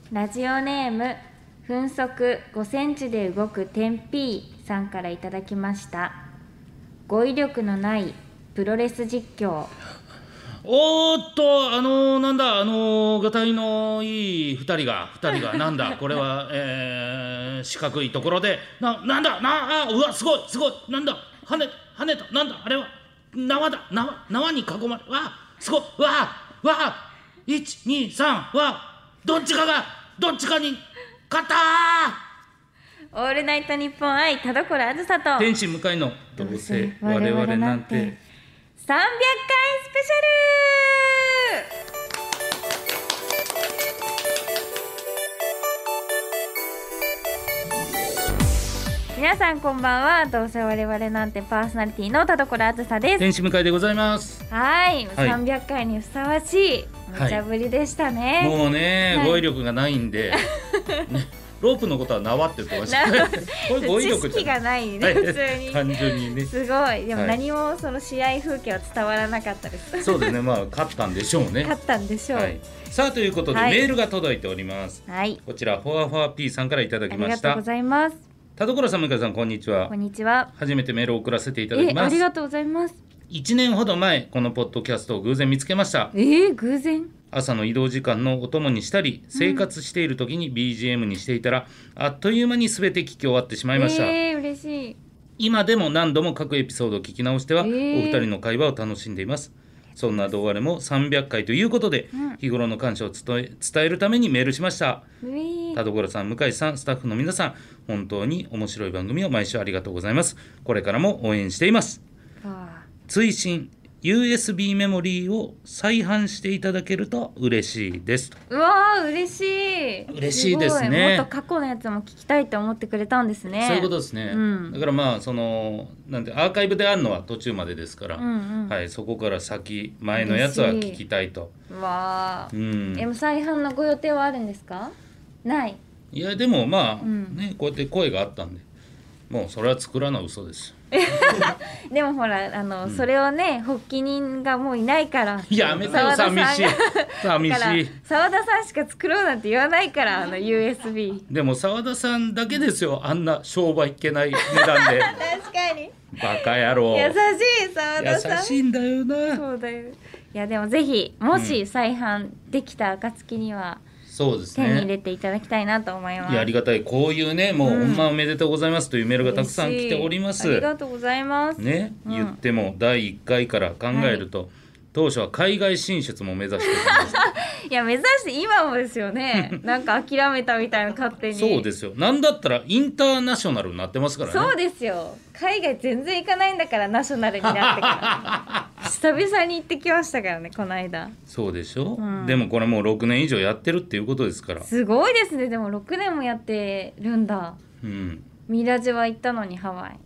ラジオネーム分速5センチで動く天 P さんからいただきました。語彙力のないプロレス実況。 おーっとなんだがたいのいい2人がなんだこれは、四角いところでなんだうわすごいなんだ跳ねたなんだあれは縄に囲まれすごい123どっちかに勝ったオールナイトニッポン愛田所あずさと天使向かいのどうせ我々なんて 300回スペシャル。皆さんこんばんは。どうせ我々なんてパーソナリティの田所あずさです。 天使向かいでございます。 はい、300回にふさわしい無茶ぶりでしたね。 もうね、語彙力がないんで、ロープのことは縄って言ってましたね。これ語彙力知識がないね、普通に単純にね。 すごい。でも何もその試合風景は伝わらなかったです。 そうですね、勝ったんでしょうね。 勝ったんでしょう。 さあということで、メールが届いております。こちらフォアフォア P さんからいただきました。 ありがとうございます。 田所さん、向井さん、こんにちは。 こんにちは。 初めてメールを送らせていただきます。 ありがとうございます。 1年ほど前、このポッドキャストを偶然見つけました。 偶然？ 朝の移動時間のお供にしたり、生活している時に BGM にしていたら、あっという間に全て聞き終わってしまいました。 嬉しい。 今でも何度も各エピソードを聞き直しては、お二人の会話を楽しんでいます。そんな動画でも300回ということで、日頃の感謝を伝えるためにメールしました。田所さん、向井さん、スタッフの皆さん、本当に面白い番組を毎週ありがとうございます。これからも応援しています。追伸USB メモリーを再販していただけると嬉しいです。 うわー、嬉しい。 嬉しいですね。 もっと過去のやつも聞きたいと思ってくれたんですね。 そういうことですね。だからなんてアーカイブであるのは途中までですから、そこから先前のやつは聞きたいと。 わー、再販のご予定はあるんですか？ない。 いやでもね、こうやって声があったんで、もうそれは作らない嘘です。 でもほらそれをね、発起人がもういないから。 やめてよ、寂しい澤田さんしか作ろうなんて言わないから、USB。 でも澤田さんだけですよ、あんな商売いけない値段で。 確かにバカ野郎。 優しい澤田さん。 優しいんだよな。 そうだよ。いやでもぜひ、もし再販できた暁には、 そうですね、 手に入れていただきたいなと思います。 いや、ありがたい。こういうね、もう、ほんまおめでとうございますというメールがたくさん来ております。 ありがとうございます。 ね、言っても第1回から考えると、当初は海外進出も目指してたんです。 いや、目指して今もですよね。なんか諦めたみたいな、勝手に。 そうですよ。なんだったらインターナショナルになってますからね。 そうですよ。海外全然行かないんだから、ナショナルになってから。久々に行ってきましたからね、この間。 そうでしょ、でもこれもう6年以上やってるっていうことですから。 すごいですね。でも6年もやってるんだ。ミラジは行ったのに、ハワイ。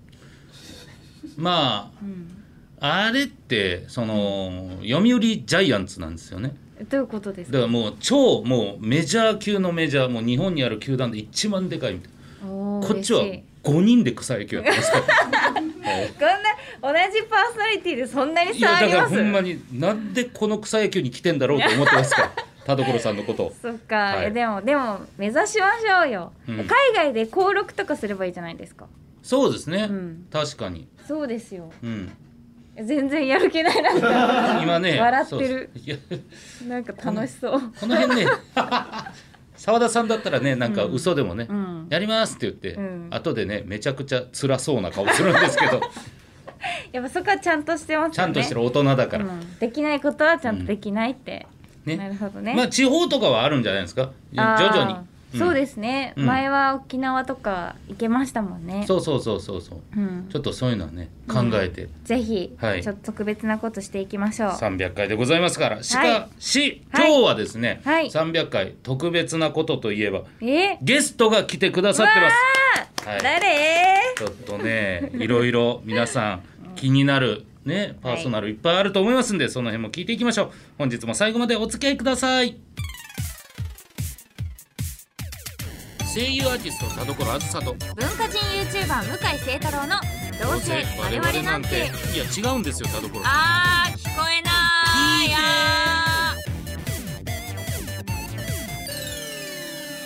あれって読売ジャイアンツなんですよね。 どういうことですか？ だからもうもうメジャー級のメジャー、もう日本にある球団で一番でかいみたいな。こっちは5人で草野球やってますからこんな同じパーソナリティでそんなに差あります？ いや、だからほんまになんでこの草野球に来てんだろうと思ってますから田所さんのことを。 そっか、でも目指しましょうよ、海外で登録とかすればいいじゃないですか。 そうですね、確かにそうですよ。全然やる気ないなって今ね笑ってる。なんか楽しそう。 この辺ね澤田さんだったらね、なんか嘘でもね、やりますって言って、後でねめちゃくちゃ辛そうな顔するんですけどやっぱそこはちゃんとしてますよね。 ちゃんとしてる大人だから、 できないことはちゃんとできないって、なるほどね。 地方とかはあるんじゃないですか、徐々に。 そうですね、前は沖縄とか行けましたもんね。 そう、ちょっとそういうのはね考えて、 ぜひちょっと特別なことしていきましょう。 300回でございますから。しかし、今日はですね、300回特別なことといえば、ゲストが来てくださってます。 誰？ ちょっとね、いろいろ皆さん気になるね、パーソナルいっぱいあると思いますんで、その辺も聞いていきましょう。本日も最後までお付き合いください。声優アーティスト田所あずさと文化人 YouTuber 向井聖太郎のどうせ我々なんて。 いや違うんですよ、田所。 聞こえない。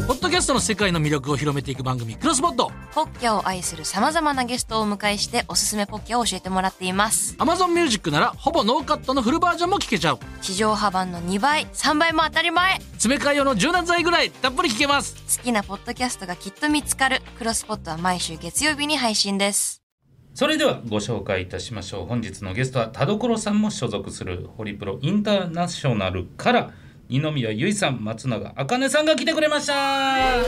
ポッドキャストの世界の魅力を広めていく番組クロスポッド。 ポッキャを愛する様々なゲストをお迎えしておすすめポッキャを教えてもらっています。 Amazon Music ならほぼノーカットのフルバージョンも聞けちゃう。 地上波版の2倍3倍も当たり前。 詰め替え用の柔軟剤ぐらいたっぷり聞けます。 好きなポッドキャストがきっと見つかる。クロスポットは毎週月曜日に配信です。 それではご紹介いたしましょう。本日のゲストは田所さんも所属するホリプロインターナショナルから二宮ゆいさん、松永茜さんが来てくれました。やった。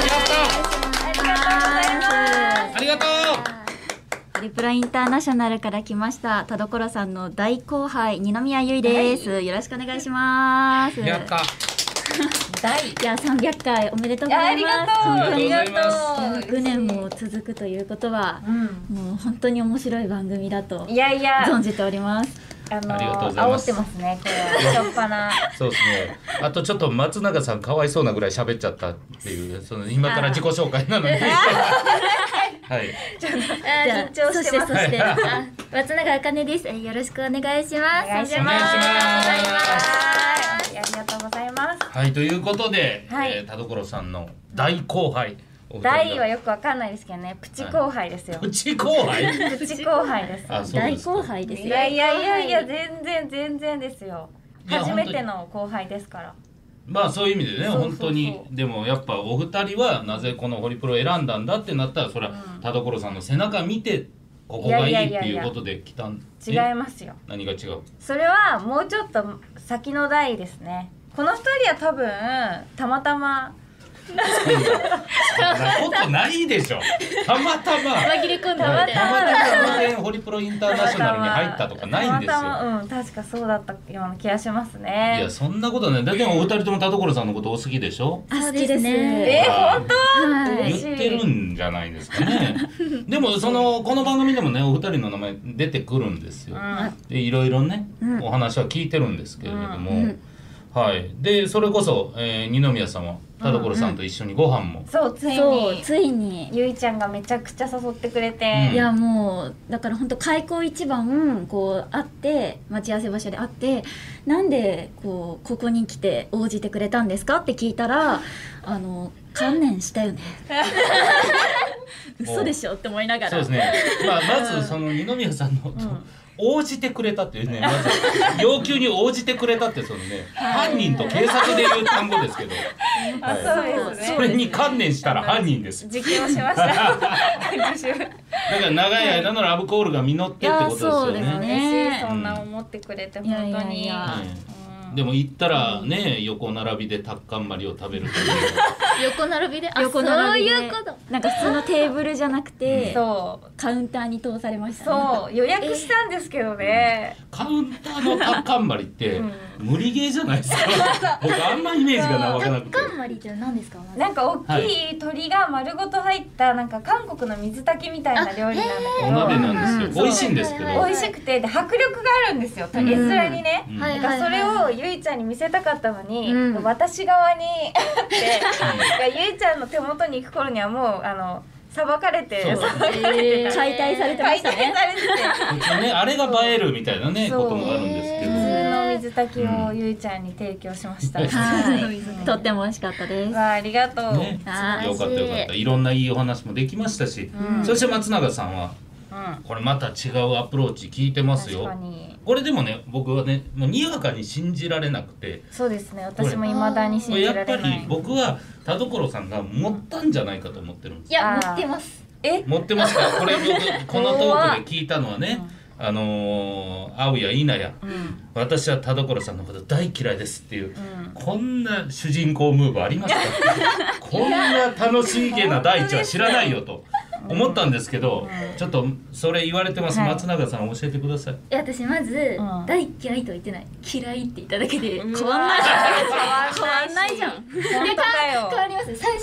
ありがとう。 ホリプロインターナショナルから来ました田所さんの大後輩二宮ゆいです、よろしくお願いします。 やった。 いや300回おめでとうございます。 ありがとうございます。 6年も続くということは、もう本当に面白い番組だといやいや存じております。 ありがとうございます。 煽ってますね、これしょっぱな。 そうですね。あとちょっと松永さんかわいそうなぐらい喋っちゃったっていう、その今から自己紹介なのに。はい。 緊張してます。 そして松永茜です。よろしくお願いします。 お願いします。ありがとうございます。 はい、ということで、 はい田所さんの大後輩。 大はよくわかんないですけどね、プチ後輩ですよ。 プチ後輩？ プチ後輩です。 あ、そう大ですか。 後輩ですよ。 いや全然ですよ。 いや初めての後輩ですから。 まあそういう意味でね、 そうそうそう本当にでもやっぱお二人はなぜこのホリプロを選んだんだってなったら、それは田所さんの背中見てここがいいっていうことで来たん。 違いますよ。 何が違う？ それはもうちょっと先の代ですね。この二人は多分たまたま。 そんなことないでしょ。たまたま。 紛れ込んだみたいな。 たまたま偶然ホリプロインターナショナルに入ったとかないんですよ。 たまたま、確かそうだったような気がしますね。 いやそんなことない。だってお二人とも田所さんのことお好きでしょ。 好きですね。 本当？ 言ってるんじゃないですかね。でもこの番組でもねお二人の名前出てくるんですよ。でいろいろね、お話は聞いてるんですけれども、はい。でそれこそ、二宮さんは田所さんと一緒にご飯も、 そうついにゆいちゃんがめちゃくちゃ誘ってくれて、 いやもうだから本当開口一番こう会って待ち合わせ場所で会って、なんでここに来て応じてくれたんですかって聞いたら観念したよね嘘でしょって思いながら。 そうですね。まずその二宮さんの、応じてくれたっていうね、まず要求に応じてくれたってそのね、犯人と警察でいう単語ですけど、 そうですね。 それに観念したら犯人です。 実験をしました。 だから長い間のラブコールが実ってってことですよね。 嬉しい、そんな思ってくれて本当に。 でも行ったらね、横並びでタッカンマリを食べるという横並びで、そういうこと。なんか普通のテーブルじゃなくて、カウンターに通されましたね。 そう予約したんですけどね。 カウンターのタッカンマリって無理ゲーじゃないですか。僕あんまイメージがわからなくて。 タッカンマリって何ですか？ なんか大きい鶏が丸ごと入ったなんか韓国の水炊きみたいな料理なんだけど、 お鍋なんですよ。美味しいんですけど。 美味しくてで迫力があるんですよ。絵面にね。だからそれをゆいちゃんに見せたかったのに、私側にってゆいちゃんの手元に行く頃にはもうさばかれて解体されてましたね。 あれが映えるみたいなねこともあるんですけど、 普通の水炊きをゆいちゃんに提供しました。 とっても美味しかったです。 ありがとう。 よかったよかった。いろんないいお話もできましたし、そして松永さんはこれまた違うアプローチ聞いてますよ。これでもね、僕はねもうにわかに信じられなくて。 そうですね、私も未だに信じられない。 やっぱり僕は田所さんが持ったんじゃないかと思ってるんです。 いや持ってます。 持ってますか？これ僕このトークで聞いたのはね、会うや否や、私は田所さんのこと大嫌いですっていう、こんな主人公ムーブありますか？こんな楽しげな第一は知らないよと思ったんですけど、ちょっとそれ言われてます。松永さん教えてください。 私まず大嫌いとは言ってない、嫌いって言っただけで変わんないじゃん。変わんないじゃん。変わります。最初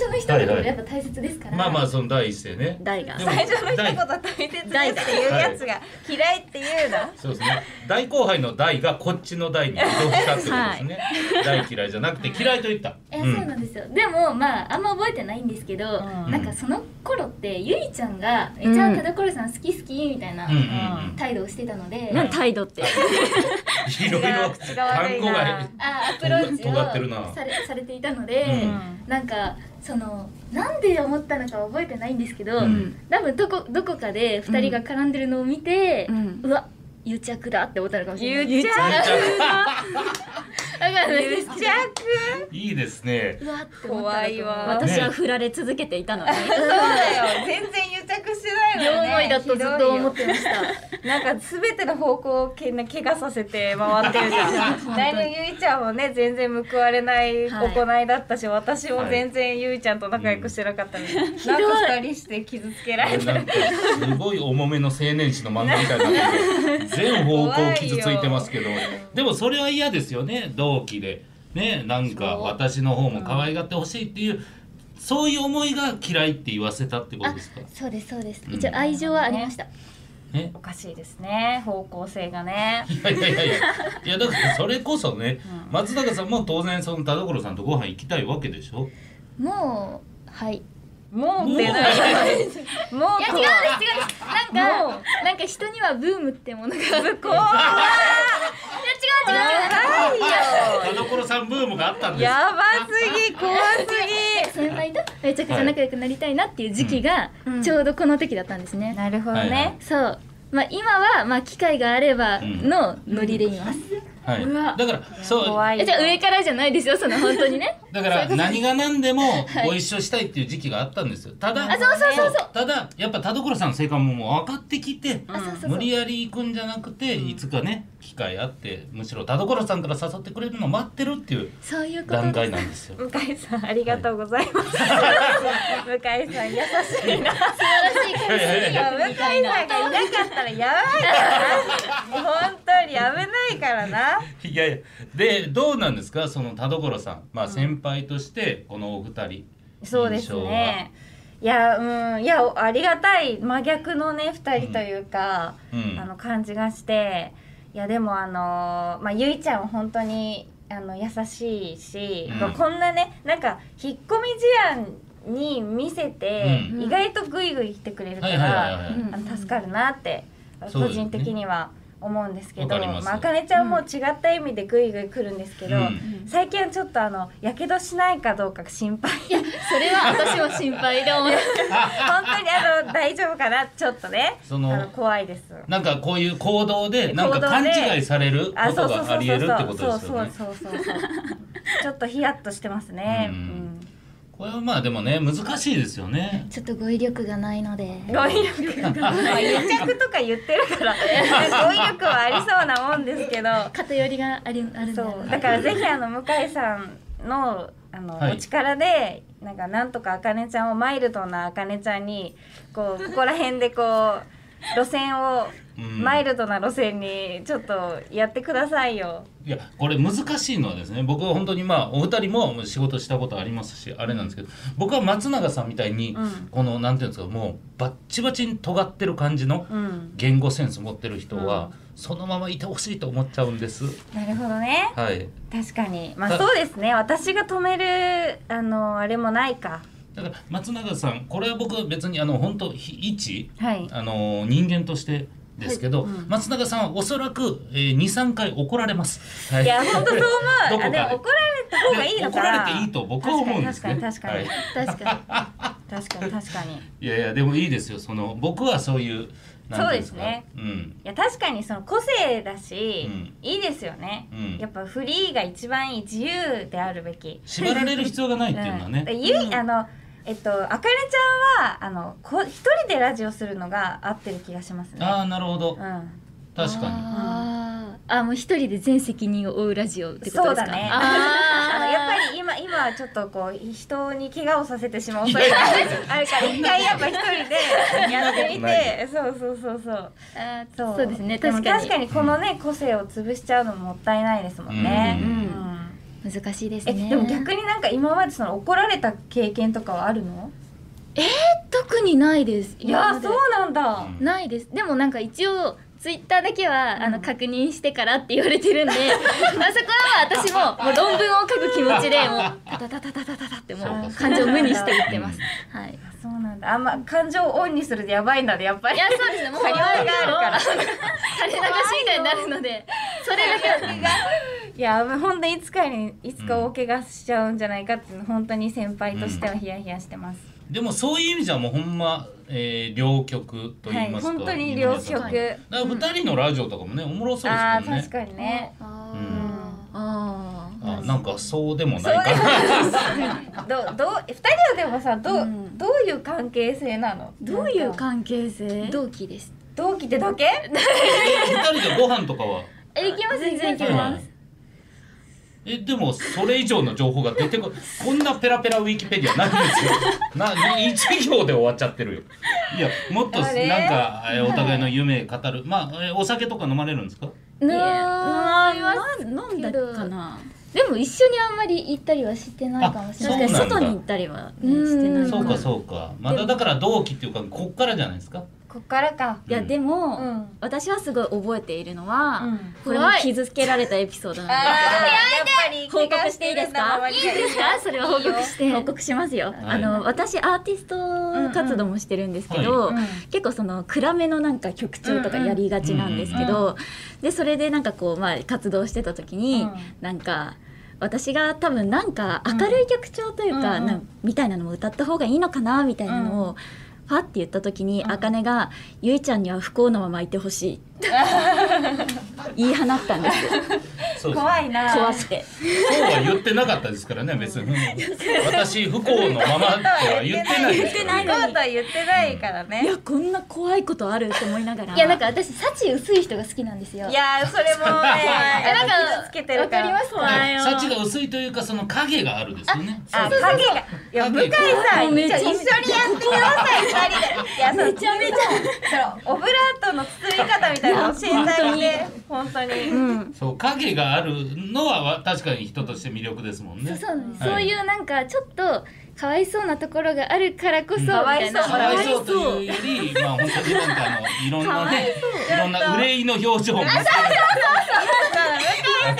初の一言がやっぱ大切ですから。 まあまあその第一声ね。 大が最初の一言大切ですっていうやつが嫌いっていうの。 そうですね。大後輩の大がこっちの大に移動したってことですね。大嫌いじゃなくて嫌いと言った。 そうなんですよ。でもまああんま覚えてないんですけど、なんかその頃ってゆいちゃんがめっちゃ田所さん好き好きみたいな態度をしてたので。 何態度って。 いろいろ単語がアプローチを尖ってるな。 されていたので、なんかそのなんで思ったのか覚えてないんですけど、多分どこかで2人が絡んでるのを見て、うわ癒着だって思ったのかもしれない。 癒着いいですね。 うわって思った怖いわ。 私は振られ続けていたのに。 そうだよ。全然癒着してない両のね。 思いだとずっと思ってました。 なんか全ての方向を怪我させて回ってるじゃん。何のゆいちゃんもね全然報われない行いだったし、私も全然ゆいちゃんと仲良くしてなかったのに、なんか二人して傷つけられてる。 すごい重めの青年誌の漫画みたいになってる。全方向傷ついてますけど、でもそれは嫌ですよね。同期でね、なんか私の方も可愛がってほしいっていう、そういう思いが嫌いって言わせたってことですか？ そうですそうです。一応愛情はありました。 おかしいですね、方向性がね。 いやだからそれこそね、松永さんも当然その田所さんとご飯行きたいわけでしょ？ もうはいもうってない。もういや違うんです。なんか人にはブームってものがあって。 怖い。 いや違う。 田所さんブームがあったんです。 やばすぎ、怖す先輩とめちゃくちゃ仲良くなりたいなっていう時期がちょうどこの時だったんですね。 ぎ。なるほどね。 そう。まあ今はまあ機会があればのノリでいます。 はい、だからそうじゃあ上からじゃないですよ、その本当にね。 だから何が何でもご一緒したいっていう時期があったんですよ。ただただやっぱ田所さんの性格ももう分かってきて、無理やり行くんじゃなくて、いつかね機会あって、むしろ田所さんから誘ってくれるのを待ってるっていう段階なんですよ。 向井さんありがとうございます。向井さん優しいな。 素晴らしい感じ。 向井さんがいなかったらやばいからな。本当に危ないからな。 いやいや、でどうなんですか、その田所さん、まあ先輩としてこのお二人、 そうですね。いやありがたい真逆のね2人というか、感じがして、いやでもゆいちゃんは本当に優しいし、こんなねなんか引っ込み思案に見せて、意外とグイグイ来てくれるから助かるなって個人的には思うんですけど、あかねちゃんも違った意味でグイグイ来るんですけど、最近はちょっとやけどしないかどうか心配。 いやそれは私も心配で思う。 本当に大丈夫かな、ちょっとね怖いです。 なんかこういう行動でなんか勘違いされることがありえるってことですよね。 そうちょっとヒヤッとしてますね。 これはまあでもね難しいですよね。 ちょっと語彙力がないので。 語彙力がない。癒着とか言ってるから語彙力はありそうなもんですけど。 偏りがあるんだよね。 そうだからぜひ向井さんのお力でなんとかあかねちゃんをマイルドなあかねちゃんにここら辺で路線をマイルドな路線にちょっとやってくださいよ。 いやこれ難しいのはですね、僕は本当にお二人も仕事したことありますしあれなんですけど、僕は松永さんみたいにこのなんていうんですか、もうバッチバチに尖ってる感じの言語センス持ってる人はそのままいてほしいと思っちゃうんです。 なるほどね。 はい。 確かにそうですね。私が止めるあれもないか。 だから松永さん、これは僕別に本当一、 はい、 人間としてですけど、松永さんはおそらく、2,3 回怒られます。 はい、いや本当そう思う。でも怒られた方がいいのかな。 怒られていいと僕は思うんですね。 確かに。 いやでもいいですよ。僕はそういうそうですね。いや確かに個性だし、いいですよね。やっぱフリーが一番いい、自由であるべき。 縛られる必要がないっていうのはね。 あかねちゃんは一人でラジオするのが合ってる気がしますね。 ああなるほど。確かに。もう一人で全責任を負うラジオってことですか。 そうだね。やっぱり今はちょっと人に怪我をさせてしまう恐れがあるから一回やっぱ一人でやってみて、そうですね。 確かにこのね個性を潰しちゃうのももったいないですもんね。 難しいですね。 でも逆になんか今までその怒られた経験とかはあるの？ 特にないです。 いやそうなんだ。 ないです。でもなんか一応ツイッターだけは確認してからって言われてるんで、そこは私ももう論文を書く気持ちでもうタタタタタタタってもう感情を無にして言ってます。はい。 そうなんだ。あんま感情をオンにするとやばいんだねやっぱり。 いやそうですね。もう張り合いがあるから垂れ流しみたいになるので、それだけは。 いや本当にいつか大怪我しちゃうんじゃないかっていうの本当に先輩としてはヒヤヒヤしてます。 でもそういう意味じゃもうほんま、両極と言いますか、 本当に両極。だから2人のラジオとかもねおもろそうですけどね。 確かにね。 なんかそうでもないかな。 2人はでもさどういう関係性なの？ どういう関係性？同期です。 同期ってだけ ？2人でご飯とかは？ 行きます。全然行きます。 でもそれ以上の情報が出てここんなペラペラウィキペディアないんですよ。1行で終わっちゃってるよ。いやもっとなんかお互いの夢語る。まあお酒とか飲まれるんですか？ 飲んだかな。でも一緒にあんまり行ったりはしてないかもしれない。外に行ったりはしてない。 そうかそうか。まだだから同期っていうかこっからじゃないですか。 こっからか。 いやでも私はすごい覚えているのはこれも傷つけられたエピソードなんですけど、報告していいですか？いいですか？それは報告しますよ。私アーティスト活動もしてるんですけど、結構その暗めのなんか曲調とかやりがちなんですけど、でそれでなんかこう活動してた時になんか私が多分なんか明るい曲調というかみたいなのも歌った方がいいのかなみたいなのをファって言った時に茜が「ゆいちゃんには不幸のままいてほしい」言い放ったんです。 怖いな。 怖くて。 そうは言ってなかったですからね別に。私不幸のままとは言ってないですからね。 不幸とは言ってないからね。 いやこんな怖いことあるって思いながら。いやなんか私幸薄い人が好きなんですよ。 いやそれもねなんか傷つけてるから。わかりますか？幸が薄いというかその影があるですよね。 影が。いや向井さん一緒にやってください2人で。いやめちゃめちゃオブラートの包み方みたいなの教えてあげて本当に。 そう影があるのは確かに人として魅力ですもんね。 そういうなんかちょっとかわいそうなところがあるからこそみたいな。 かわいそうというよりまあ本当になんかいろんなねいろんな憂いの表情を見せる。 上手です。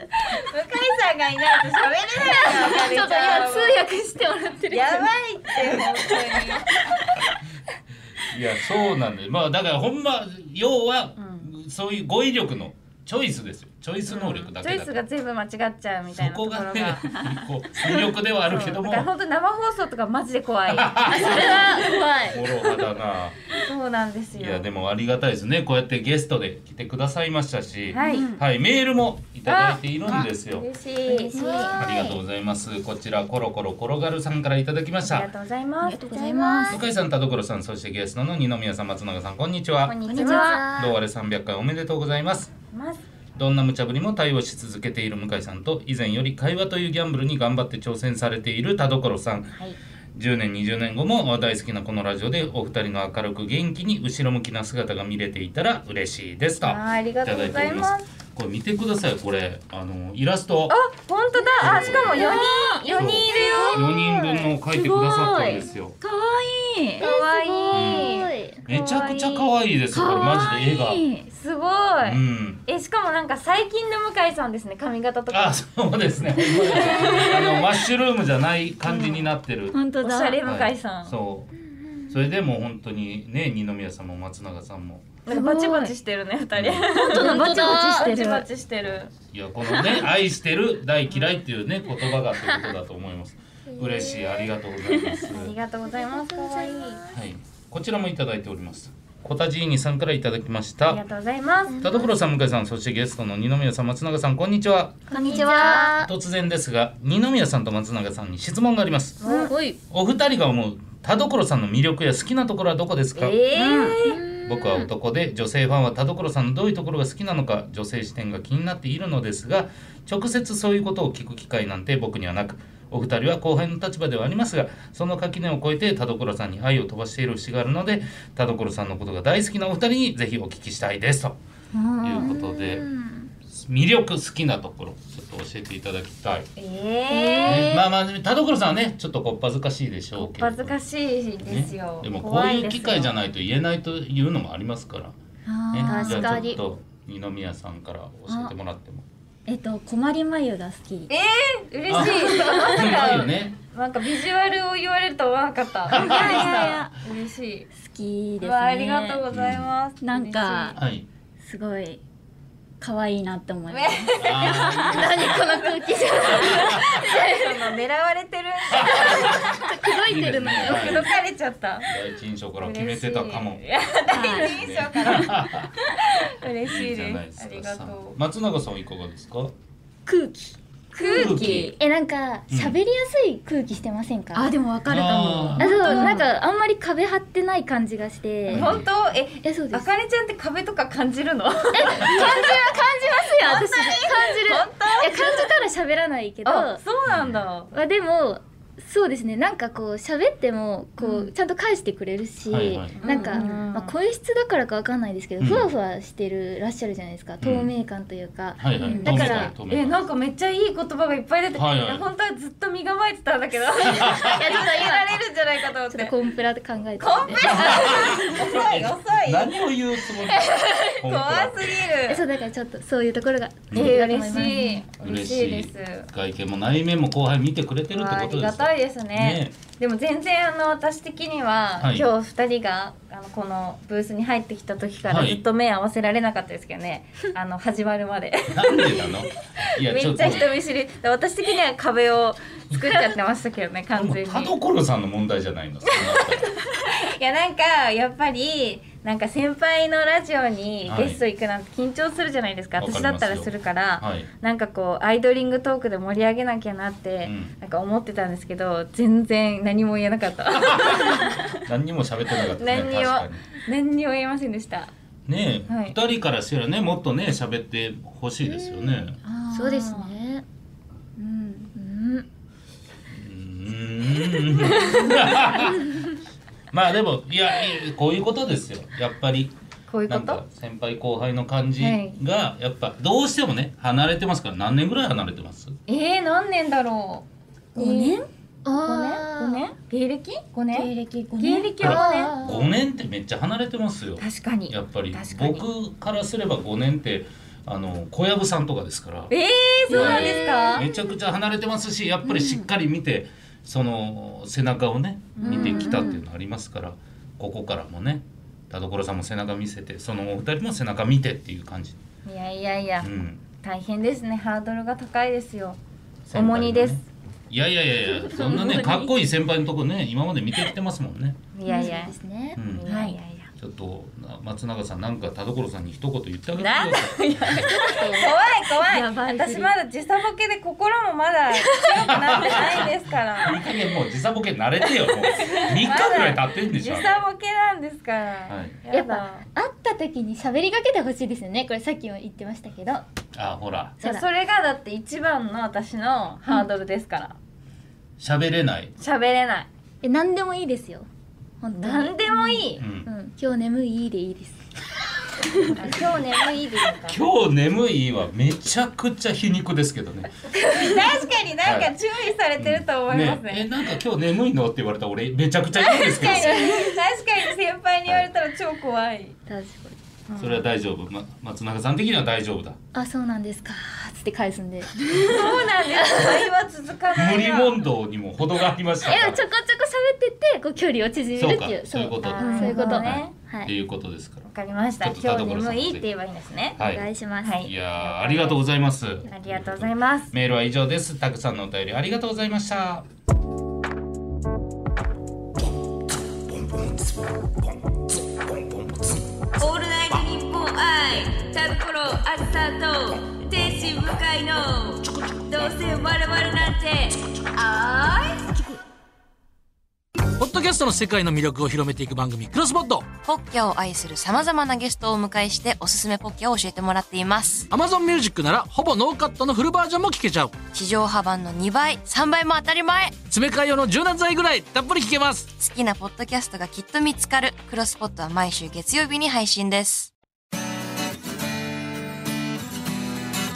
向井さんがいないと喋れない。 ちょっと今通訳してもらってる。 やばいって本当に。いやそうなんでまあだからほんま要はそういう語彙力のチョイスですよ。チョイス能力だけだから。 チョイスが全部間違っちゃうみたいなところが。 そこがね魅力ではあるけども。 だから本当生放送とかマジで怖い。それは怖い。もろはだな。 そうなんですよ。 いやでもありがたいですね。こうやってゲストで来てくださいましたし、 はい、 メールもいただいているんですよ。 嬉しい。 ありがとうございます。こちらコロコロ転がるさんからいただきました。 ありがとうございます。ありがとうございます。 向井さん、田所さん、そしてゲストの二宮さん、松永さん、こんにちは。 こんにちは。 どうあれ300回おめでとうございます。どんな無茶ぶりも対応し続けている向井さんと以前より会話というギャンブルに頑張って挑戦されている田所さん、はい、10年20年後も大好きなこのラジオでお二人の明るく元気に後ろ向きな姿が見れていたら嬉しいですとありがとうございます。 これ見てください。これイラスト本当だ。しかも4人いるよ。 4人分の書いてくださったんですよ。 かわいい。 かわいい。 めちゃくちゃ可愛いです。これマジで絵がすごい。しかもなんか最近の向井さんですね。髪型とか。 そうですね。マッシュルームじゃない感じになってる。 本当だ。 おしゃれ向井さん。 そう。それでも本当にね二宮さんも松永さんも。 バチバチしてるね2人。 本当だバチバチしてる。 いやこのね愛してる大嫌いっていうね言葉がってことだと思います。嬉しい。ありがとうございます。 ありがとうございます。可愛い。はい。 こちらもいただいております。コタジーニさんからいただきました。 ありがとうございます。 田所さん、向井さん、そしてゲストの二宮さん、松永さん、こんにちは。 こんにちは。 突然ですが、二宮さんと松永さんに質問があります。お二人が思う田所さんの魅力や好きなところはどこですか？僕は男で女性ファンは田所さんのどういうところが好きなのか女性視点が気になっているのですが、直接そういうことを聞く機会なんて僕にはなく、お二人は後輩の立場ではありますが、その垣根を越えて田所さんに愛を飛ばしている節があるので、田所さんのことが大好きなお二人にぜひお聞きしたいですということで、 魅力好きなところちょっと教えていただきたい。まあ田所さんはねちょっとこっぱずかしいでしょうけど。 こっぱずかしいですよ。 でもこういう機会じゃないと言えないというのもありますから。じゃあちょっと二宮さんから教えてもらっても。 困り眉が好き。 嬉しい。なんかビジュアルを言われると思わなかった。嬉しい。 好きですね。 ありがとうございます。 なんかすごい可愛いなって思います。 何この空気じゃ。狙われてる。 口説いてるのよ。 口説かれちゃった。 第一印象から決めてたかも。 第一印象から。嬉しいです。ありがとう。 松永さんいかがですか？ 空気。 なんか喋りやすい空気してませんか？ でも分かるかも。 そうなんかあんまり壁張ってない感じがして。 本当？ そうです。 あかねちゃんって壁とか感じるの？感じますよ。 私感じる。 本当？ 感じたら喋らないけど。 そうなんだ。 でもそうですね、なんかこう喋ってもこうちゃんと返してくれるし、なんか声質だからかわかんないですけど、ふわふわしてるらっしゃるじゃないですか、透明感というか。だからなんかめっちゃいい言葉がいっぱい出て、本当はずっと身構えてたんだけど、いやちょっと言われるんじゃないかと思って。 コンプラで考えて。 コンプラ。遅い。 何を言うつもり？ 怖すぎる。 そうだからちょっとそういうところが嬉しいです。 外見も内面も後輩見てくれてるってことです。 ありがたいですね。でも全然私的には今日2人がこのブースに入ってきた時からずっと目合わせられなかったですけどね。始まるまで。 なんでなの？ めっちゃ人見知り。私的には壁を作っちゃってましたけどね、完全に。 田所さんの問題じゃないの？いやなんかやっぱりなんか先輩のラジオにゲスト行くなんて緊張するじゃないですか。私だったらするから、なんかこうアイドリングトークで盛り上げなきゃなってなんか思ってたんですけど、全然何も言えなかった。 何にも喋ってなかったね。 何にも言えませんでした。 ねえ、2人からしたらねもっとね喋ってほしいですよね。 そうですね。 まあでもいやこういうことですよやっぱり。 こういうこと？ なんか先輩後輩の感じがやっぱどうしてもね離れてますから。何年ぐらい離れてます？ 何年だろう。 5年 ？5年？芸歴？5年？ 芸歴5 年。芸歴は 5年ってめっちゃ離れてますよ。 確かに。 やっぱり僕からすれば5年って小籔さんとかですから。 そうなんですか？ めちゃくちゃ離れてますし、やっぱりしっかり見てその背中をね見てきたっていうのありますから、ここからもね田所さんも背中見せて、そのお二人も背中見てっていう感じ。 いや、大変ですね。ハードルが高いですよ。重荷です。 いやそんなねかっこいい先輩のとこね今まで見てきてますもんね。 いやですね。 ちょっと松永さんなんか田所さんに一言言ってあげてください。 怖い。私まだ時差ボケで心もまだ強くなってないんですから。 いい加減もう時差ボケ慣れてよ。もう3日ぐらい経ってんでしょ。 時差ボケなんですから。 やっぱ会った時に喋りかけてほしいですよね。これさっきも言ってましたけど。 ほら。 それがだって一番の私のハードルですから。 喋れない。 何でもいいですよ。 何でもいい。 今日眠いでいいです。 今日眠いですか？ 今日眠いはめちゃくちゃ皮肉ですけどね。 確かになんか注意されてると思いますね。 なんか今日眠いのって言われたら俺めちゃくちゃいいんですけど。確かに先輩に言われたら超怖い。 確かに。 それは大丈夫。松永さん的には大丈夫だ。 そうなんですか。つって返すんで。 そうなんです。会話続かない。 無理問答にも程がありましたから。 ちょこちょこ喋っててこう距離を縮めるっていう。 そういうことね。 っていうことですから。 わかりました。今日眠いって言えばいいんですね。 お願いします。 いやありがとうございます。 ありがとうございます。 メールは以上です。たくさんのお便りありがとうございました。 オールナイトニッポン愛田所あずさと天使向かいのどうせ我々なんてポッドキャストの世界の魅力を広めていく番組クロスポッド。 ポッキャを愛する様々なゲストをお迎えしておすすめポッキャを教えてもらっています。 Amazon Music ならほぼノーカットのフルバージョンも聞けちゃう。 地上波版の2倍3倍も当たり前。 詰め替え用の柔軟剤ぐらいたっぷり聞けます。 好きなポッドキャストがきっと見つかる。クロスポットは毎週月曜日に配信です。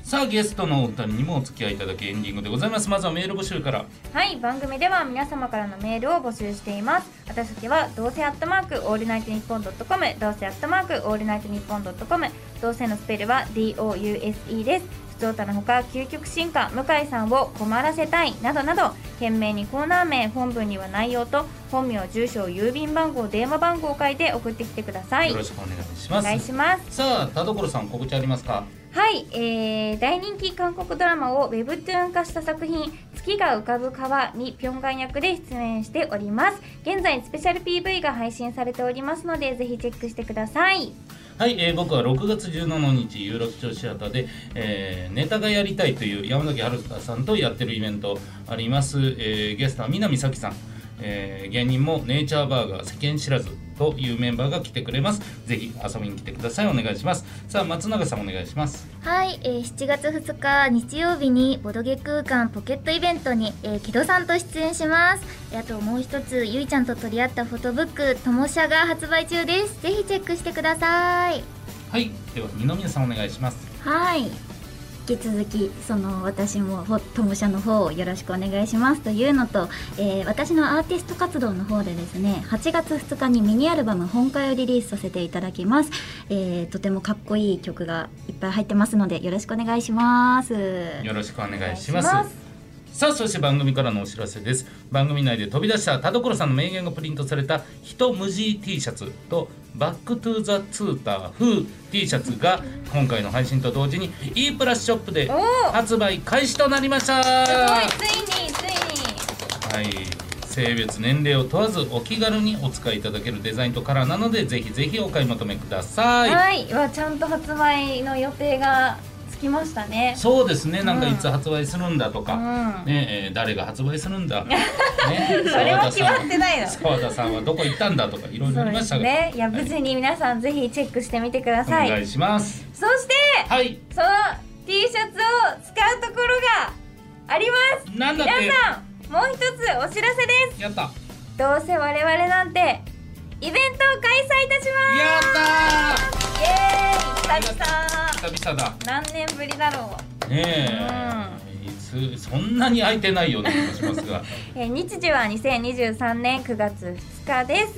さあゲストのお二人にもお付き合いいただきエンディングでございます。まずはメール募集から。 はい、番組では皆様からのメールを募集しています。宛先はどうせ@オールナイトニッポン.com、どうせ@オールナイトニッポン.com、どうせのスペルは DOUSE です。普通歌のほか究極進化、向井さんを困らせたいなどなど、懸命にコーナー名、本文には内容と本名、住所、郵便番号、電話番号を書いて送ってきてください。 よろしくお願いします。 お願いします。 さあ田所さん、告知ありますか？ はい、大人気韓国ドラマをウェブトゥーン化した作品月が浮かぶ川にピョンガン役で出演しております。現在スペシャル PV が配信されておりますのでぜひチェックしてください。 はい、僕は6月17日有楽町シアターで、ネタがやりたいという山崎春香さんとやってるイベントあります。ゲストは南咲さん、芸人もネイチャーバーガー世間知らずというメンバーが来てくれます。ぜひ遊びに来てください。お願いします。さあ松永さんお願いします。 はい、7月2日日曜日にボドゲ空間ポケットイベントに、木戸さんと出演します。あともう一つゆいちゃんと取り合ったフォトブックともしゃが発売中です。ぜひチェックしてください。 はい、では二宮さんお願いします。 はい、引き続き私もともしゃの方をよろしくお願いしますというのと、私のアーティスト活動の方でですね、8月2日にミニアルバム本会をリリースさせていただきます。とてもかっこいい曲がいっぱい入ってますのでよろしくお願いします。 よろしくお願いします。さあそして番組からのお知らせです。番組内で飛び出した田所さんの名言がプリントされた人無地 T シャツとバックトゥーザツーター風 T シャツが今回の配信と同時に E プラスショップで発売開始となりました。 すごい、ついにはい、性別年齢を問わずお気軽にお使いいただけるデザインとカラーなのでぜひぜひお買い求めください。 はい、ちゃんと発売の予定がつきましたね。 そうですね、なんかいつ発売するんだとか、ね、誰が発売するんだ、ね、 それは決まってないの。 澤田さんはどこ行ったんだとかいろいろありましたが、 ね、いや無事に皆さんぜひチェックしてみてください。 お願いします。 そして、 はい、 その T シャツを使うところがあります。 なんだって。 皆さんもう一つお知らせです。 やった。 どうせ我々なんてイベントを開催いたします。 やったー。 イエーイ、久々 だ。 何年ぶりだろうねえ、いつそんなに空いてないような気がしますが日時は2023年9月2日です。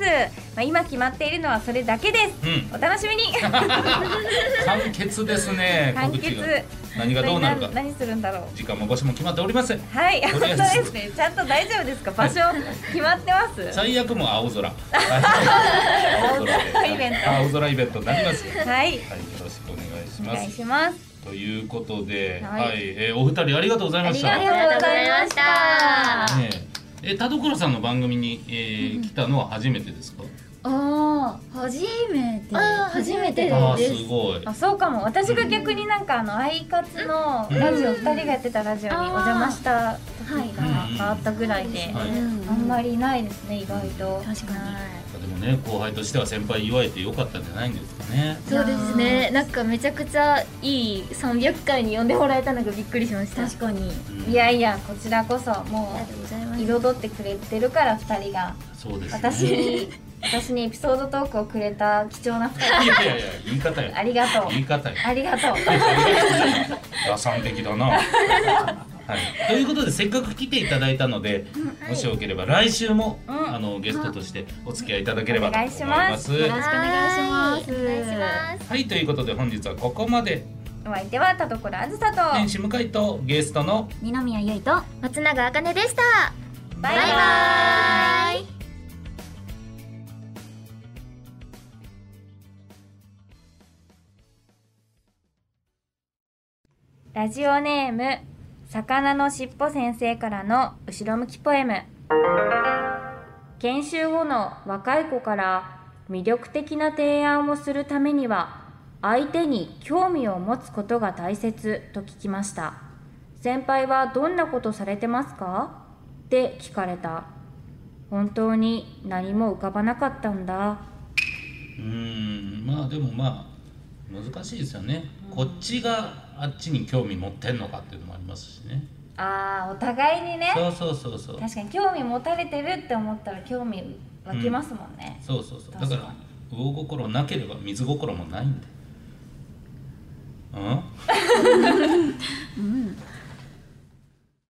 今決まっているのはそれだけです、お楽しみに簡潔ですね。 簡潔。 何がどうなるか、 何するんだろう。 時間も場所も決まっておりません。 はい、本当ですね。ちゃんと大丈夫ですか？場所決まってます？ 最悪も青空青空イベント、 青空イベントになります。 はい、よろしくお願いします。 お願いします。 ということで、はい、お二人ありがとうございました。 ありがとうございました。 田所さんの番組に来たのは初めてですか？ 初めてです。 すごい。 そうかも。私が逆になんかアイカツのラジオ、2人がやってたラジオにお邪魔した時があったぐらいで、あんまりないですね、意外と。 確かに。 でもね、後輩としては先輩祝えてよかったんじゃないんですかね。 そうですね。なんかめちゃくちゃいい300回に呼んでもらえたのがびっくりしました。 確かに。 いやいや、こちらこそもう彩ってくれてるから2人が。 そうですね。 私にエピソードトークをくれた貴重な2人。 いやいや言い方よ。 ありがとう。 言い方よ。 ありがとう。 打算的だな。はい。ということでせっかく来ていただいたので、もしよければ来週もゲストとしてお付き合いいただければと思います。 よろしくお願いします。 はい、ということで本日はここまで。 お相手は田所あずさと天使向井とゲストの二宮ゆいと松永あかねでした。 バイバイ。ラジオネーム魚のしっぽ先生からの後ろ向きポエム。研修後の若い子から魅力的な提案をするためには相手に興味を持つことが大切と聞きました。先輩はどんなことされてますかって聞かれた。本当に何も浮かばなかったんだ。 まあでも難しいですよね、こっちがあっちに興味持ってんのかっていうのもありますしね。 お互いにね。 そう確かに興味持たれてるって思ったら興味湧きますもんね、 そうだから魚心なければ水心もないんだ。 うん